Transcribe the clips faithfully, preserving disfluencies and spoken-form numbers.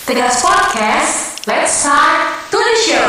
Tegas Podcast, let's start to the show.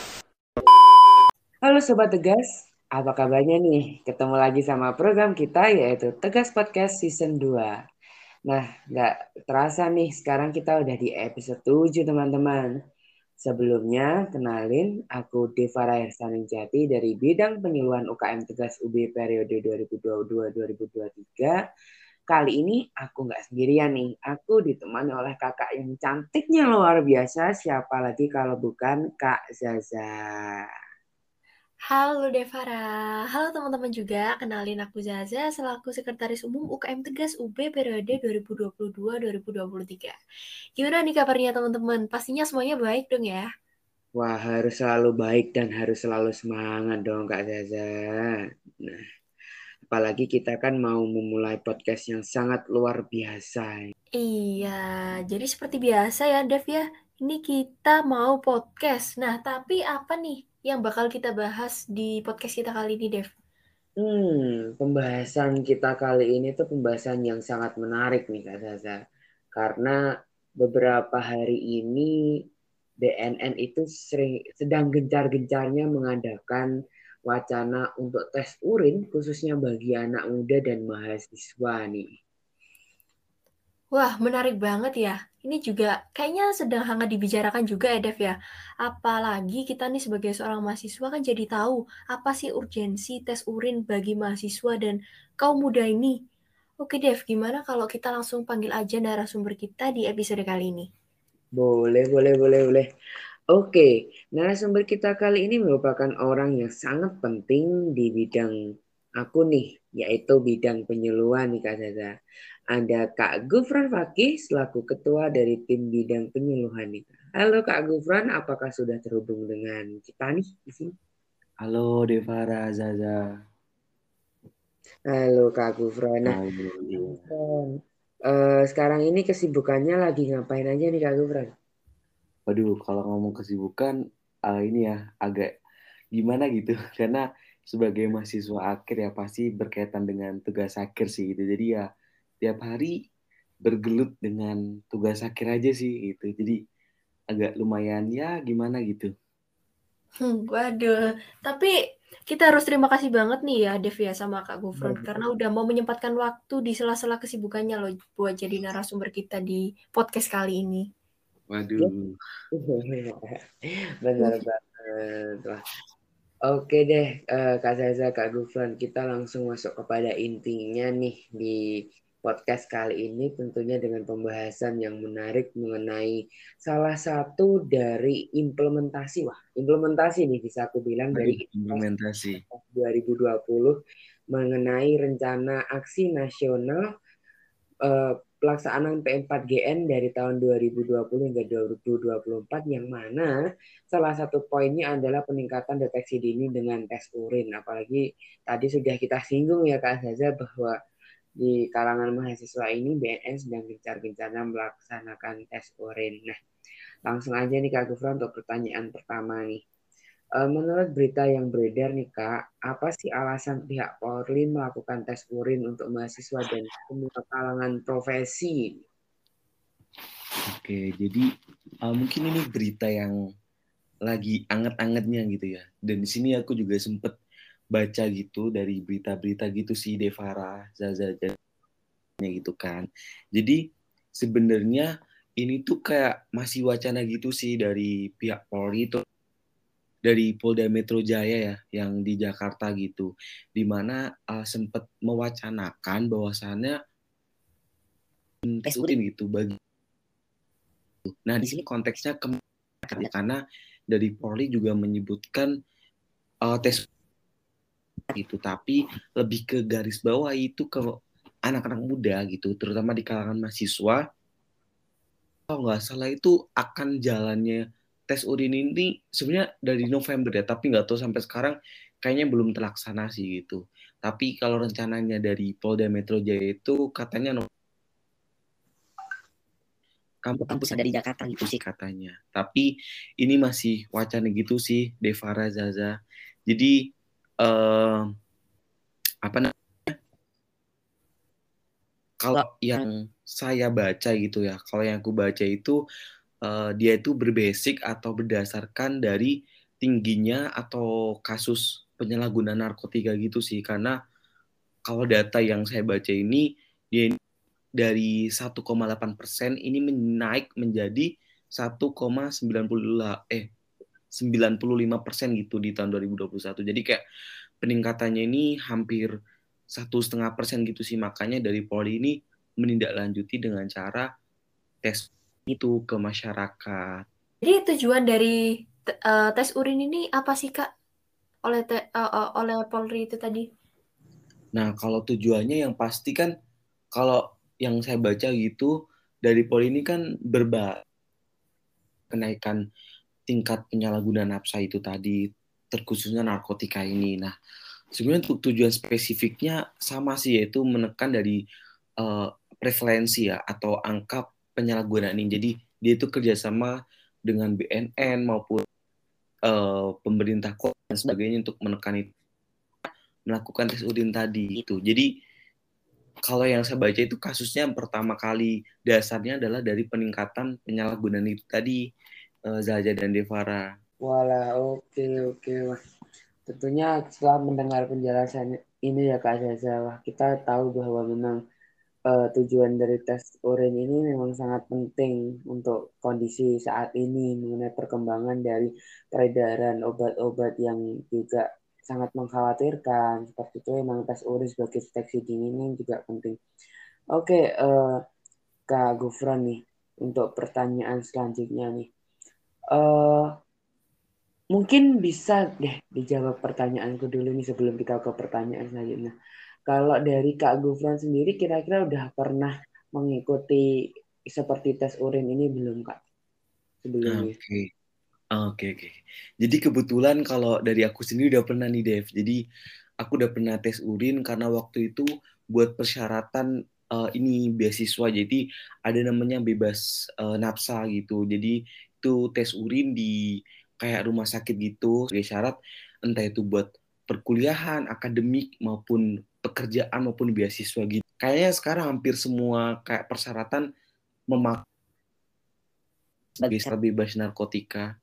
Halo Sobat Tegas, apa kabarnya nih? Ketemu lagi sama program kita yaitu Tegas Podcast Season dua. Nah, nggak terasa nih sekarang kita udah di episode tujuh teman-teman. Sebelumnya, kenalin aku Devara Hersaninjati dari bidang penyuluhan U K M Tegas U B periode dua ribu dua puluh dua dua ribu dua puluh tiga. Kali ini aku nggak sendirian nih. Aku ditemani oleh kakak yang cantiknya luar biasa. Siapa lagi kalau bukan Kak Zaza. Halo Devara, halo teman-teman juga, kenalin aku Zaza selaku Sekretaris Umum U K M Tegas U B periode dua ribu dua puluh dua dua ribu dua puluh tiga. Gimana nih kabarnya teman-teman? Pastinya semuanya baik dong ya? Wah, harus selalu baik dan harus selalu semangat dong Kak Zaza. Nah, apalagi kita kan mau memulai podcast yang sangat luar biasa. Iya, jadi seperti biasa ya Dev ya, ini kita mau podcast. Nah, tapi apa nih yang bakal kita bahas di podcast kita kali ini Dev? Hmm, pembahasan kita kali ini tuh pembahasan yang sangat menarik nih Kak Zaza. Karena beberapa hari ini B N N itu sering, sedang gencar-gencarnya mengadakan wacana untuk tes urin khususnya bagi anak muda dan mahasiswa nih. Wah, menarik banget ya. Ini juga kayaknya sedang hangat dibicarakan juga ya, Dev ya. Apalagi kita nih sebagai seorang mahasiswa kan jadi tahu apa sih urgensi tes urin bagi mahasiswa dan kaum muda ini. Oke, Dev, gimana kalau kita langsung panggil aja narasumber kita di episode kali ini? Boleh, boleh, boleh, boleh. Oke, narasumber kita kali ini merupakan orang yang sangat penting di bidang aku nih, yaitu bidang penyuluhan nih Kak Zaza. Ada Kak Gufran Fakih selaku ketua dari tim bidang penyuluhan nih. Halo Kak Gufran, apakah sudah terhubung dengan kita nih di sini? Halo Devara Zaza. Halo Kak Gufran. Nah, Halo. Kak Gufran, eh, sekarang ini kesibukannya lagi ngapain aja nih Kak Gufran? Waduh, kalau ngomong kesibukan, uh, ini ya agak gimana gitu. Karena sebagai mahasiswa akhir ya pasti berkaitan dengan tugas akhir sih gitu. Jadi ya tiap hari bergelut dengan tugas akhir aja sih gitu. Jadi agak lumayan ya gimana gitu. Hmm, waduh, tapi kita harus terima kasih banget nih ya, Dev ya, sama Kak Gufron. Karena udah mau menyempatkan waktu di sela-sela kesibukannya loh buat jadi narasumber kita di podcast kali ini. Waduh. Benar banget. Wah, oke deh, eh, Kak Zaza, Kak Gufran, kita langsung masuk kepada intinya nih di podcast kali ini tentunya dengan pembahasan yang menarik mengenai salah satu dari implementasi, wah implementasi nih bisa aku bilang Waduh, dari implementasi. dua ribu dua puluh mengenai rencana aksi nasional eh, pelaksanaan P empat G N dari tahun dua ribu dua puluh hingga dua ribu dua puluh empat yang mana salah satu poinnya adalah peningkatan deteksi dini dengan tes urin. Apalagi tadi sudah kita singgung ya Kak Zaza bahwa di kalangan mahasiswa ini B N N sedang gencar-gencarnya melaksanakan tes urin. Nah, langsung aja nih Kak Gufran untuk pertanyaan pertama nih. Eh, Menurut berita yang beredar nih Kak, apa sih alasan pihak Polri melakukan tes urin untuk mahasiswa dan semua kalangan profesi? Oke, jadi uh, mungkin ini berita yang lagi anget-angetnya gitu ya. Dan di sini aku juga sempet baca gitu dari berita-berita gitu sih Devara, Zaza gitu kan. Jadi sebenarnya ini tuh kayak masih wacana gitu sih dari pihak Polri itu, dari Polda Metro Jaya ya yang di Jakarta gitu, di mana uh, sempat mewacanakan bahwasannya tes urin gitu bagi. Nah di sini konteksnya ke karena dari Polri juga menyebutkan uh, tes itu, tapi lebih ke garis bawah itu ke anak-anak muda gitu, terutama di kalangan mahasiswa. Kalau nggak salah itu akan jalannya tes urin ini sebenarnya dari November ya, tapi nggak tahu sampai sekarang kayaknya belum terlaksana sih gitu. Tapi kalau rencananya dari Polda Metro Jaya itu katanya kampus ada di Jakarta gitu sih katanya. Tapi ini masih wacana gitu sih, Devara Zaza. Jadi eh, apa namanya? Kalau yang saya baca gitu ya, kalau yang aku baca itu uh, dia itu berbasic atau berdasarkan dari tingginya atau kasus penyalahgunaan narkotika gitu sih. Karena kalau data yang saya baca ini, dia dari satu koma delapan persen ini naik menjadi satu koma sembilan puluh lima persen gitu di tahun dua ribu dua puluh satu. Jadi kayak peningkatannya ini hampir satu setengah persen gitu sih. Makanya dari Polri ini menindaklanjuti dengan cara tes itu ke masyarakat. Jadi tujuan dari uh, tes urin ini apa sih Kak? Oleh te, uh, oleh Polri itu tadi? Nah, kalau tujuannya yang pasti kan, kalau yang saya baca gitu, dari Polri ini kan berba kenaikan tingkat penyalahgunaan nafsa itu tadi, terkhususnya narkotika ini. Nah, sebenarnya untuk tujuan spesifiknya sama sih, yaitu menekan dari uh, prevalensi ya, atau angka penyalahgunaan ini. Jadi, dia itu kerjasama dengan B N N maupun uh, pemerintah kota dan sebagainya untuk menekan itu, melakukan tes urin tadi itu. Jadi kalau yang saya baca itu kasusnya pertama kali dasarnya adalah dari peningkatan penyalahgunaan itu tadi, uh, Zaza dan Devara. Walah, oke oke wah. Tentunya setelah mendengar penjelasan ini ya Kak Zaza, wah, kita tahu bahwa memang uh, tujuan dari tes urin ini memang sangat penting untuk kondisi saat ini mengenai perkembangan dari peredaran obat-obat yang juga sangat mengkhawatirkan. Seperti itu memang tes urin sebagai deteksi dini ini juga penting. Oke, uh, Kak Gufron nih, untuk pertanyaan selanjutnya nih. Uh, mungkin bisa deh dijawab pertanyaanku dulu nih sebelum kita ke pertanyaan selanjutnya. Kalau dari Kak Gufron sendiri, kira-kira udah pernah mengikuti seperti tes urin ini belum Kak? Sebelumnya. Oke, okay. oke, okay, oke. Okay. Jadi kebetulan kalau dari aku sendiri udah pernah nih, Dev. Jadi aku udah pernah tes urin karena waktu itu buat persyaratan uh, ini beasiswa. Jadi ada namanya bebas uh, nafsa gitu. Jadi itu tes urin di kayak rumah sakit gitu sebagai syarat, entah itu buat perkuliahan, akademik maupun pekerjaan maupun beasiswa gitu. Kayaknya sekarang hampir semua kayak persyaratan memakai sebagai syarat bebas narkotika.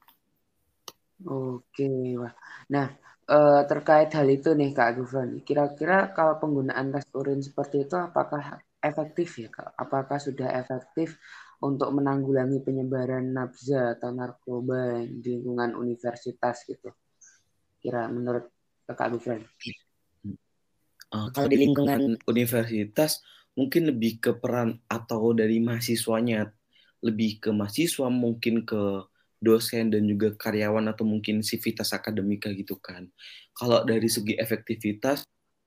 Oke, wah. Nah, eh, terkait hal itu nih Kak Gufron, kira-kira kalau penggunaan tes urin seperti itu apakah efektif ya Kak? Apakah sudah efektif untuk menanggulangi penyebaran nafsa atau narkoba di lingkungan universitas gitu? Kira menurut Kak Gufron? Uh, kalau di lingkungan universitas mungkin lebih ke peran atau dari mahasiswanya, lebih ke mahasiswa, mungkin ke dosen dan juga karyawan atau mungkin sivitas akademika gitu kan. Kalau dari segi efektivitas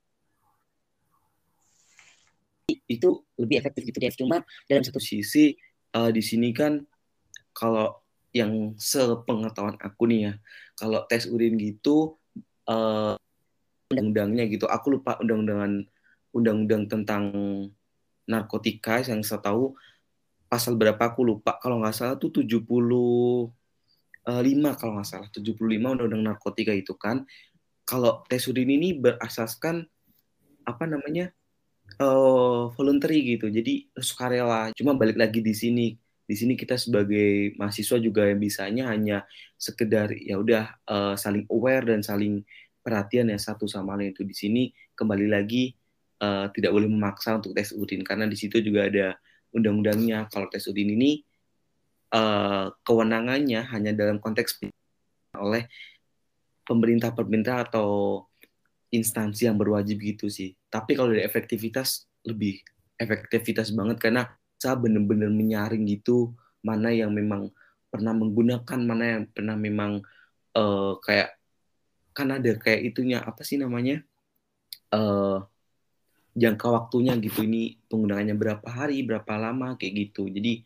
itu lebih efektif gitu Dev. Cuma dalam satu sisi uh, di sini kan kalau yang sepengetahuan aku nih ya, kalau tes urin gitu uh, undang-undangnya gitu, aku lupa undang-undangan undang-undang tentang narkotika yang saya tahu pasal berapa aku lupa, kalau nggak salah tuh tujuh puluh lima kalau nggak salah, tujuh puluh lima undang-undang narkotika itu kan. Kalau tes urin ini berasaskan apa namanya uh, voluntary gitu, jadi sukarela. Cuma balik lagi di sini, di sini kita sebagai mahasiswa juga yang bisanya hanya sekedar ya udah uh, saling aware dan saling perhatian ya satu sama lain. Itu di sini kembali lagi uh, tidak boleh memaksa untuk tes urin karena di situ juga ada undang-undangnya. Kalau tes urin ini uh, kewenangannya hanya dalam konteks oleh pemerintah-pemerintah atau instansi yang berwajib gitu sih. Tapi kalau dari efektivitas lebih efektivitas banget karena saya benar-benar menyaring gitu mana yang memang pernah menggunakan, mana yang pernah memang uh, kayak kan ada kayak itunya apa sih namanya uh, jangka waktunya gitu, ini penggunaannya berapa hari, berapa lama kayak gitu. Jadi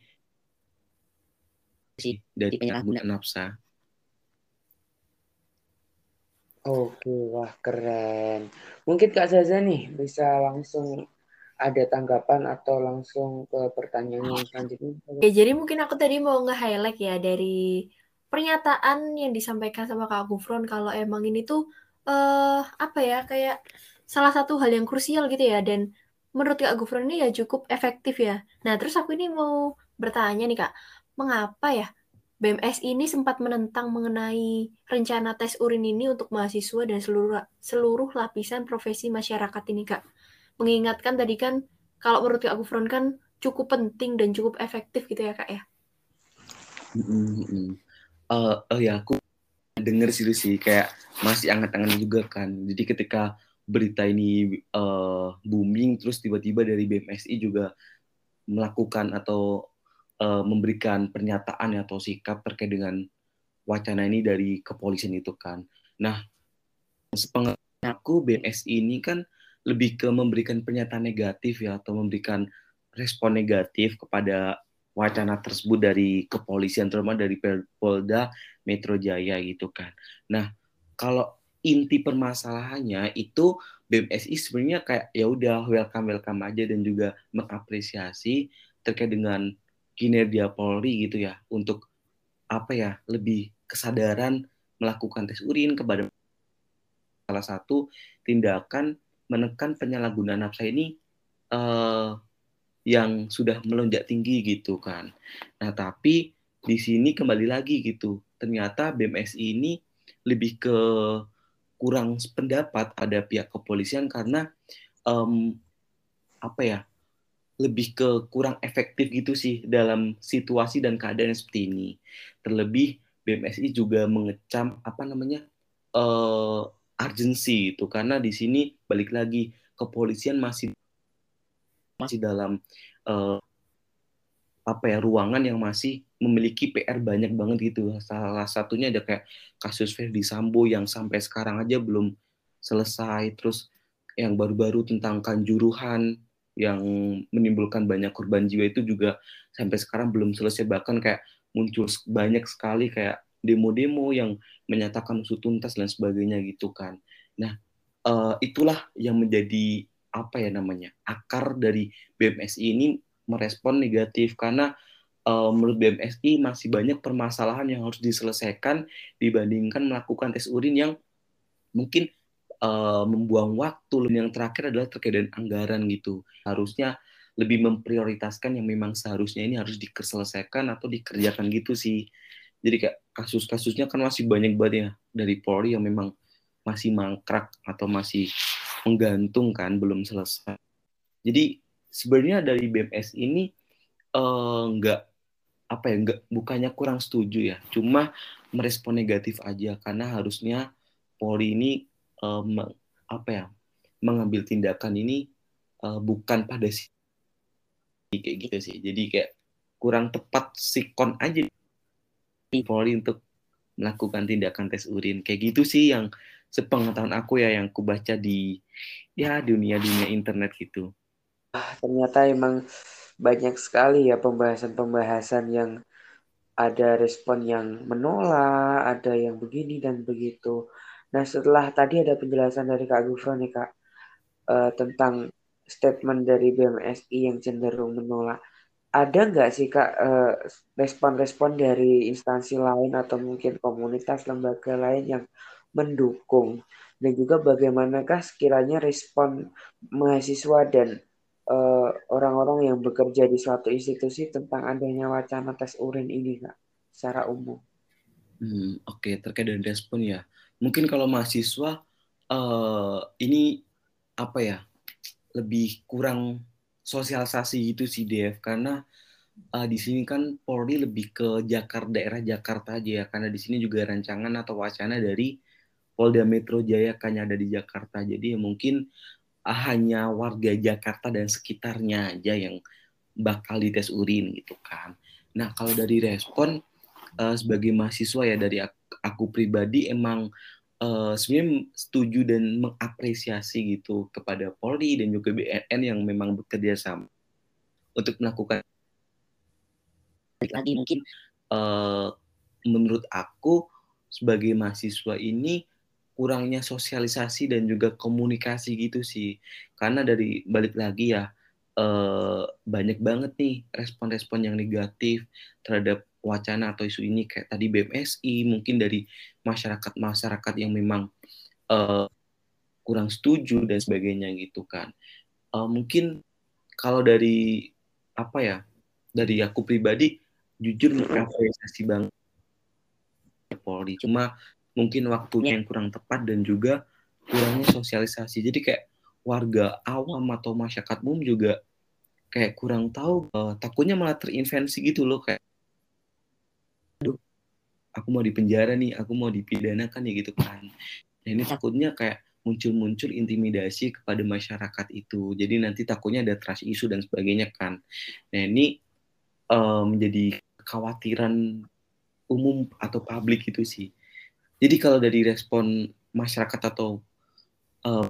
sih dari penyalahgunaan nafsa. Oke, wah keren. Mungkin Kak Zaza nih bisa langsung ada tanggapan atau langsung ke pertanyaan yang selanjutnya. Oke, jadi mungkin aku tadi mau nge-highlight ya dari pernyataan yang disampaikan sama Kak Gufron kalau emang ini tuh uh, apa ya kayak salah satu hal yang krusial gitu ya, dan menurut Kak Gufron ini ya cukup efektif ya. Nah terus aku ini mau bertanya nih Kak, mengapa ya B M S I ini sempat menentang mengenai rencana tes urin ini untuk mahasiswa dan seluruh seluruh lapisan profesi masyarakat ini, Kak. Mengingatkan tadi kan, kalau menurut Kak Gufron kan cukup penting dan cukup efektif gitu ya, Kak ya. Mm-mm. Uh, oh ya, aku denger sih sih kayak masih anget-anget juga kan. Jadi ketika berita ini uh, booming, terus tiba-tiba dari B M S I juga melakukan atau uh, memberikan pernyataan atau sikap terkait dengan wacana ini dari kepolisian itu kan. Nah, sepengetahuan aku B M S I ini kan lebih ke memberikan pernyataan negatif ya, atau memberikan respon negatif kepada wacana tersebut dari kepolisian, terutama dari Polda Metro Jaya gitu kan. Nah, kalau inti permasalahannya itu B M S I sebenarnya kayak ya udah welcome welcome aja dan juga mengapresiasi terkait dengan kinerja Polri gitu ya, untuk apa ya, lebih kesadaran melakukan tes urin kepada salah satu tindakan menekan penyalahgunaan nafsa ini eh, yang sudah melonjak tinggi gitu kan. Nah, tapi di sini kembali lagi gitu, ternyata B M S I ini lebih ke kurang pendapat pada pihak kepolisian karena um, apa ya, lebih ke kurang efektif gitu sih dalam situasi dan keadaan yang seperti ini. Terlebih B M S I juga mengecam apa namanya uh, urgency itu, karena di sini balik lagi kepolisian masih masih dalam uh, apa ya, ruangan yang masih memiliki P R banyak banget gitu. Salah satunya ada kayak kasus Ferdy Sambo yang sampai sekarang aja belum selesai, terus yang baru-baru tentang Kanjuruhan yang menimbulkan banyak korban jiwa itu juga sampai sekarang belum selesai, bahkan kayak muncul banyak sekali kayak demo-demo yang menyatakan usut tuntas dan sebagainya gitu kan. Nah, uh, itulah yang menjadi apa ya namanya, akar dari B M S I ini merespon negatif karena uh, menurut B M S I masih banyak permasalahan yang harus diselesaikan dibandingkan melakukan tes urin yang mungkin uh, membuang waktu. Dan yang terakhir adalah terkait dengan anggaran gitu. Harusnya lebih memprioritaskan yang memang seharusnya ini harus diselesaikan atau dikerjakan gitu sih. Jadi kayak kasus-kasusnya kan masih banyak banget ya dari Polri yang memang masih mangkrak atau masih menggantung kan, belum selesai. Jadi sebenarnya dari B M S ini uh, nggak apa ya, nggak, bukannya kurang setuju ya, cuma merespon negatif aja karena harusnya Polri ini um, apa ya, mengambil tindakan ini uh, bukan pada si kayak gitu sih. Jadi kayak kurang tepat sikon aja Polri untuk melakukan tindakan tes urin kayak gitu sih, yang sepengetahuan aku ya, yang aku baca di ya dunia-dunia internet gitu. Ternyata emang banyak sekali ya pembahasan-pembahasan yang ada respon yang menolak, ada yang begini dan begitu. Nah, setelah tadi ada penjelasan dari Kak Gufron nih Kak, uh, tentang statement dari B M S I yang cenderung menolak. Ada nggak sih Kak uh, respon-respon dari instansi lain atau mungkin komunitas lembaga lain yang mendukung? Dan juga bagaimanakah sekiranya respon mahasiswa dan uh, orang-orang yang bekerja di suatu institusi tentang adanya wacana tes urin ini Kak, secara umum? Hmm, Oke, okay. Terkait dengan respon ya, mungkin kalau mahasiswa uh, ini apa ya, lebih kurang sosialisasi gitu sih Dev, karena uh, di sini kan Polri lebih ke Jakarta, daerah Jakarta aja ya, karena di sini juga rancangan atau wacana dari Polda Metro Jaya kan ada di Jakarta. Jadi ya mungkin uh, hanya warga Jakarta dan sekitarnya aja yang bakal dites urin gitu kan. Nah, kalau dari respon uh, sebagai mahasiswa ya, dari aku, aku pribadi emang uh, sebenarnya setuju dan mengapresiasi gitu kepada Polri dan juga B N N yang memang bekerja sama untuk melakukan. Lagi mungkin uh, menurut aku sebagai mahasiswa ini kurangnya sosialisasi dan juga komunikasi gitu sih, karena dari balik lagi ya uh, banyak banget nih respon-respon yang negatif terhadap wacana atau isu ini, kayak tadi B M S I, mungkin dari masyarakat-masyarakat yang memang uh, kurang setuju dan sebagainya gitu kan. Uh, mungkin kalau dari apa ya, dari aku pribadi jujur mengapresiasi banget Polri. Cuma mungkin waktunya yang kurang tepat dan juga kurangnya sosialisasi. Jadi kayak warga awam atau masyarakat umum juga kayak kurang tahu, uh, takutnya malah terinvensi gitu loh, kayak aduh aku mau dipenjara nih, aku mau dipidanakan ya gitu kan. Nah ini takutnya kayak muncul-muncul intimidasi kepada masyarakat itu. Jadi nanti takutnya ada trust issue dan sebagainya kan. Nah ini uh, menjadi kekhawatiran umum atau publik itu sih. Jadi kalau dari respon masyarakat atau uh,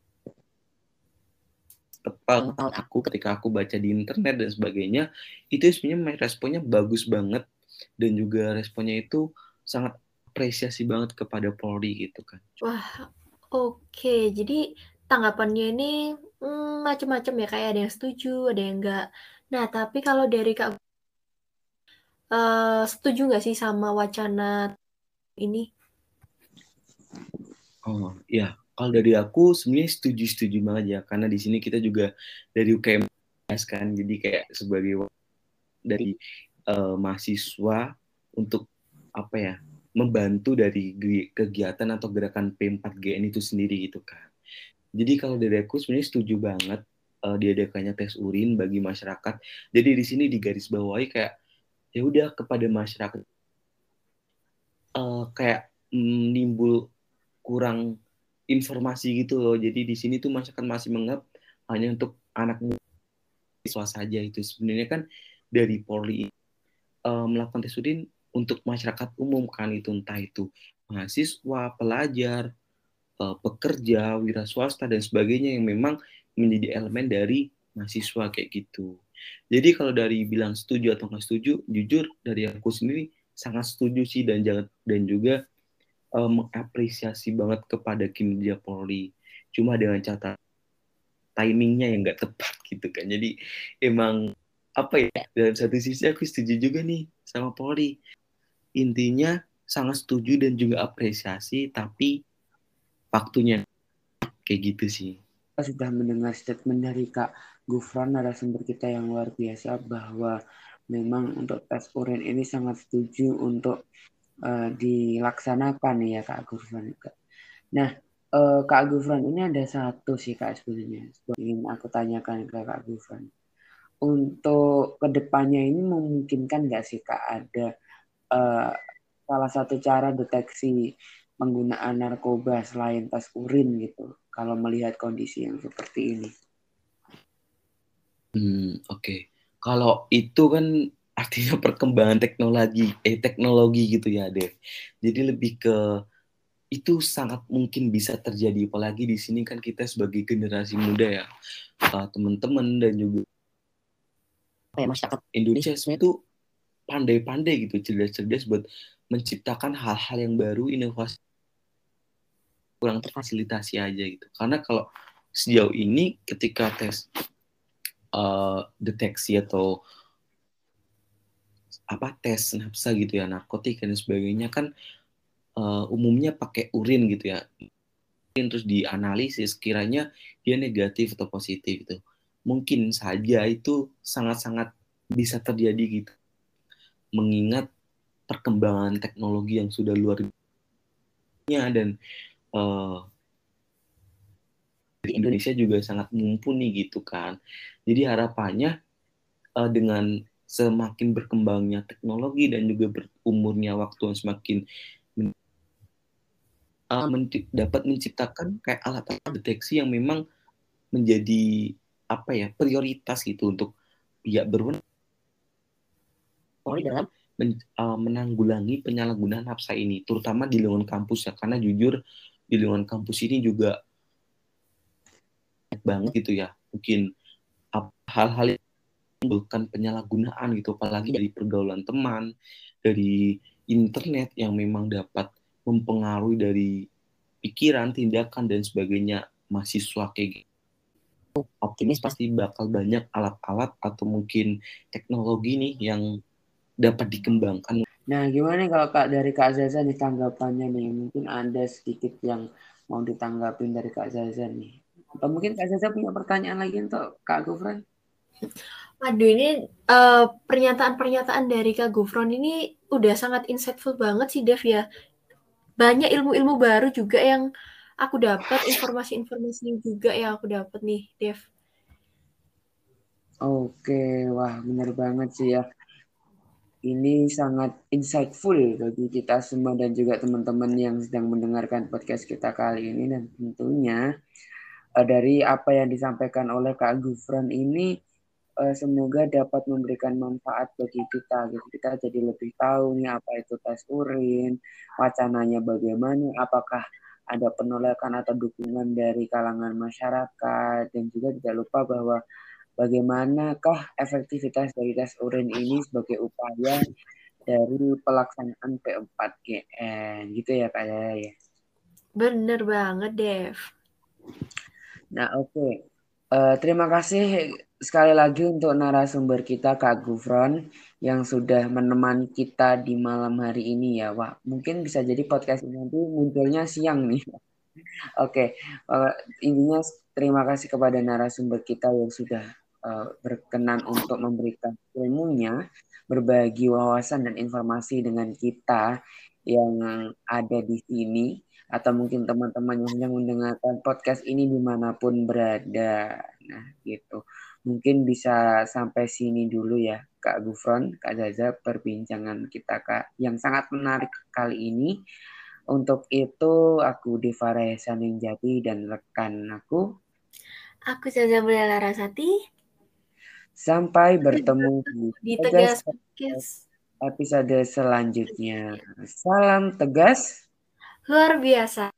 pengetahuan aku ketika aku baca di internet dan sebagainya, itu sebenarnya responnya bagus banget dan juga responnya itu sangat apresiasi banget kepada Polri gitu kan. Wah, oke. Jadi tanggapannya ini hmm, macam-macam ya, kayak ada yang setuju, ada yang enggak. Nah, tapi kalau dari Kak, uh, setuju nggak sih sama wacana ini? Oh ya, kalau dari aku sebenarnya setuju-setuju banget ya, karena di sini kita juga dari U K M kan, jadi kayak sebagai dari uh, mahasiswa untuk apa ya, membantu dari kegiatan atau gerakan P empat G N itu sendiri gitu kan. Jadi kalau dari aku sebenarnya setuju banget uh, diadakannya tes urin bagi masyarakat. Jadi di sini digarisbawahi kayak ya udah kepada masyarakat uh, kayak mm, nimbul kurang informasi gitu loh. Jadi di sini tuh masyarakat masih menganggap hanya untuk anak siswa saja. Itu sebenarnya kan dari Polri uh, melakukan tes urin untuk masyarakat umum kan, itu entah itu mahasiswa, pelajar, uh, pekerja, wira swasta dan sebagainya yang memang menjadi elemen dari mahasiswa kayak gitu. Jadi kalau dari bilang setuju atau nggak setuju, jujur dari aku sendiri sangat setuju sih, dan jangan dan juga uh, mengapresiasi banget kepada kinerja Polri. Cuma dengan catatan timingnya yang nggak tepat gitu kan. Jadi emang apa ya, dalam satu sisi aku setuju juga nih sama Polri. Intinya sangat setuju dan juga apresiasi, tapi waktunya kayak gitu sih. Kita sudah mendengar statement dari Kak Gufron, narasumber kita yang luar biasa, bahwa memang untuk tes urin ini sangat setuju untuk uh, dilaksanakan ya Kak Gufron. Nah, uh, Kak Gufron, ini ada satu sih Kak sebenarnya ingin aku tanyakan ke Kak Gufron. Untuk kedepannya ini memungkinkan nggak sih Kak ada uh, salah satu cara deteksi penggunaan narkoba selain tes urin gitu, kalau melihat kondisi yang seperti ini? Hmm, oke. Okay. Kalau itu kan artinya perkembangan teknologi, eh teknologi gitu ya, Dev. Jadi lebih ke itu sangat mungkin bisa terjadi, apalagi di sini kan kita sebagai generasi muda ya, uh, teman-teman dan juga kayak masyarakat Indonesia sebenarnya itu pandai-pandai gitu, cerdas-cerdas buat menciptakan hal-hal yang baru, inovasi, kurang terfasilitasi aja gitu. Karena kalau sejauh ini ketika tes uh, deteksi atau apa tes nafsa gitu ya, narkotik dan sebagainya kan uh, umumnya pakai urin gitu ya, terus dianalisis kiranya dia negatif atau positif itu. Mungkin saja itu sangat-sangat bisa terjadi gitu, mengingat perkembangan teknologi yang sudah luar biasa dan uh, di Indonesia juga sangat mumpuni gitu kan. Jadi harapannya uh, dengan semakin berkembangnya teknologi dan juga berumurnya waktu yang semakin uh, men- dapat menciptakan kayak alat-alat deteksi yang memang menjadi apa ya, prioritas gitu untuk pihak berwenang dalam men, uh, menanggulangi penyalahgunaan nafsa ini, terutama di lingkungan kampus ya, karena jujur di lingkungan kampus ini juga banget gitu ya, mungkin hal-hal yang menimbulkan penyalahgunaan gitu, apalagi dari pergaulan teman, dari internet yang memang dapat mempengaruhi dari pikiran, tindakan dan sebagainya mahasiswa kayak gitu. Optimis pasti bakal banyak alat-alat atau mungkin teknologi nih yang dapat dikembangkan. Nah, gimana kalau Kak dari Kak Zaza nih tanggapannya nih? Mungkin ada sedikit yang mau ditanggapin dari Kak Zaza nih. Atau mungkin Kak Zaza punya pertanyaan lagi untuk Kak Gufron? Aduh, ini uh, pernyataan-pernyataan dari Kak Gufron ini udah sangat insightful banget sih, Dev ya. Banyak ilmu-ilmu baru juga yang aku dapat, informasi-informasi juga yang aku dapat nih, Dev. Oke, wah benar banget sih ya. Ini sangat insightful bagi kita semua dan juga teman-teman yang sedang mendengarkan podcast kita kali ini. Dan tentunya uh, dari apa yang disampaikan oleh Kak Gufron ini uh, semoga dapat memberikan manfaat bagi kita. Gitu. Kita jadi lebih tahu nih apa itu tes urin, wacananya bagaimana, apakah ada penolakan atau dukungan dari kalangan masyarakat, dan juga tidak lupa bahwa bagaimanakah efektivitas dari tes urin ini sebagai upaya dari pelaksanaan P empat G N gitu ya Kak Yaya ya. Bener banget, Dev. Nah oke, okay. uh, terima kasih sekali lagi untuk narasumber kita Kak Gufron yang sudah menemani kita di malam hari ini ya. Wah mungkin bisa jadi podcast ini nanti munculnya siang nih. Oke, okay. uh, intinya terima kasih kepada narasumber kita yang sudah uh, berkenan untuk memberikan ilmunya, berbagi wawasan dan informasi dengan kita yang ada di sini, atau mungkin teman-teman yang sedang mendengarkan podcast ini dimanapun berada. Nah, gitu. Mungkin bisa sampai sini dulu ya, Kak Gufron, Kak Zaza, perbincangan kita Kak yang sangat menarik kali ini. Untuk itu, aku Divara Saningjati dan rekan aku. Aku Zaza Mulia Larasati. Sampai bertemu di Tegas Podcast episode selanjutnya. Salam tegas luar biasa.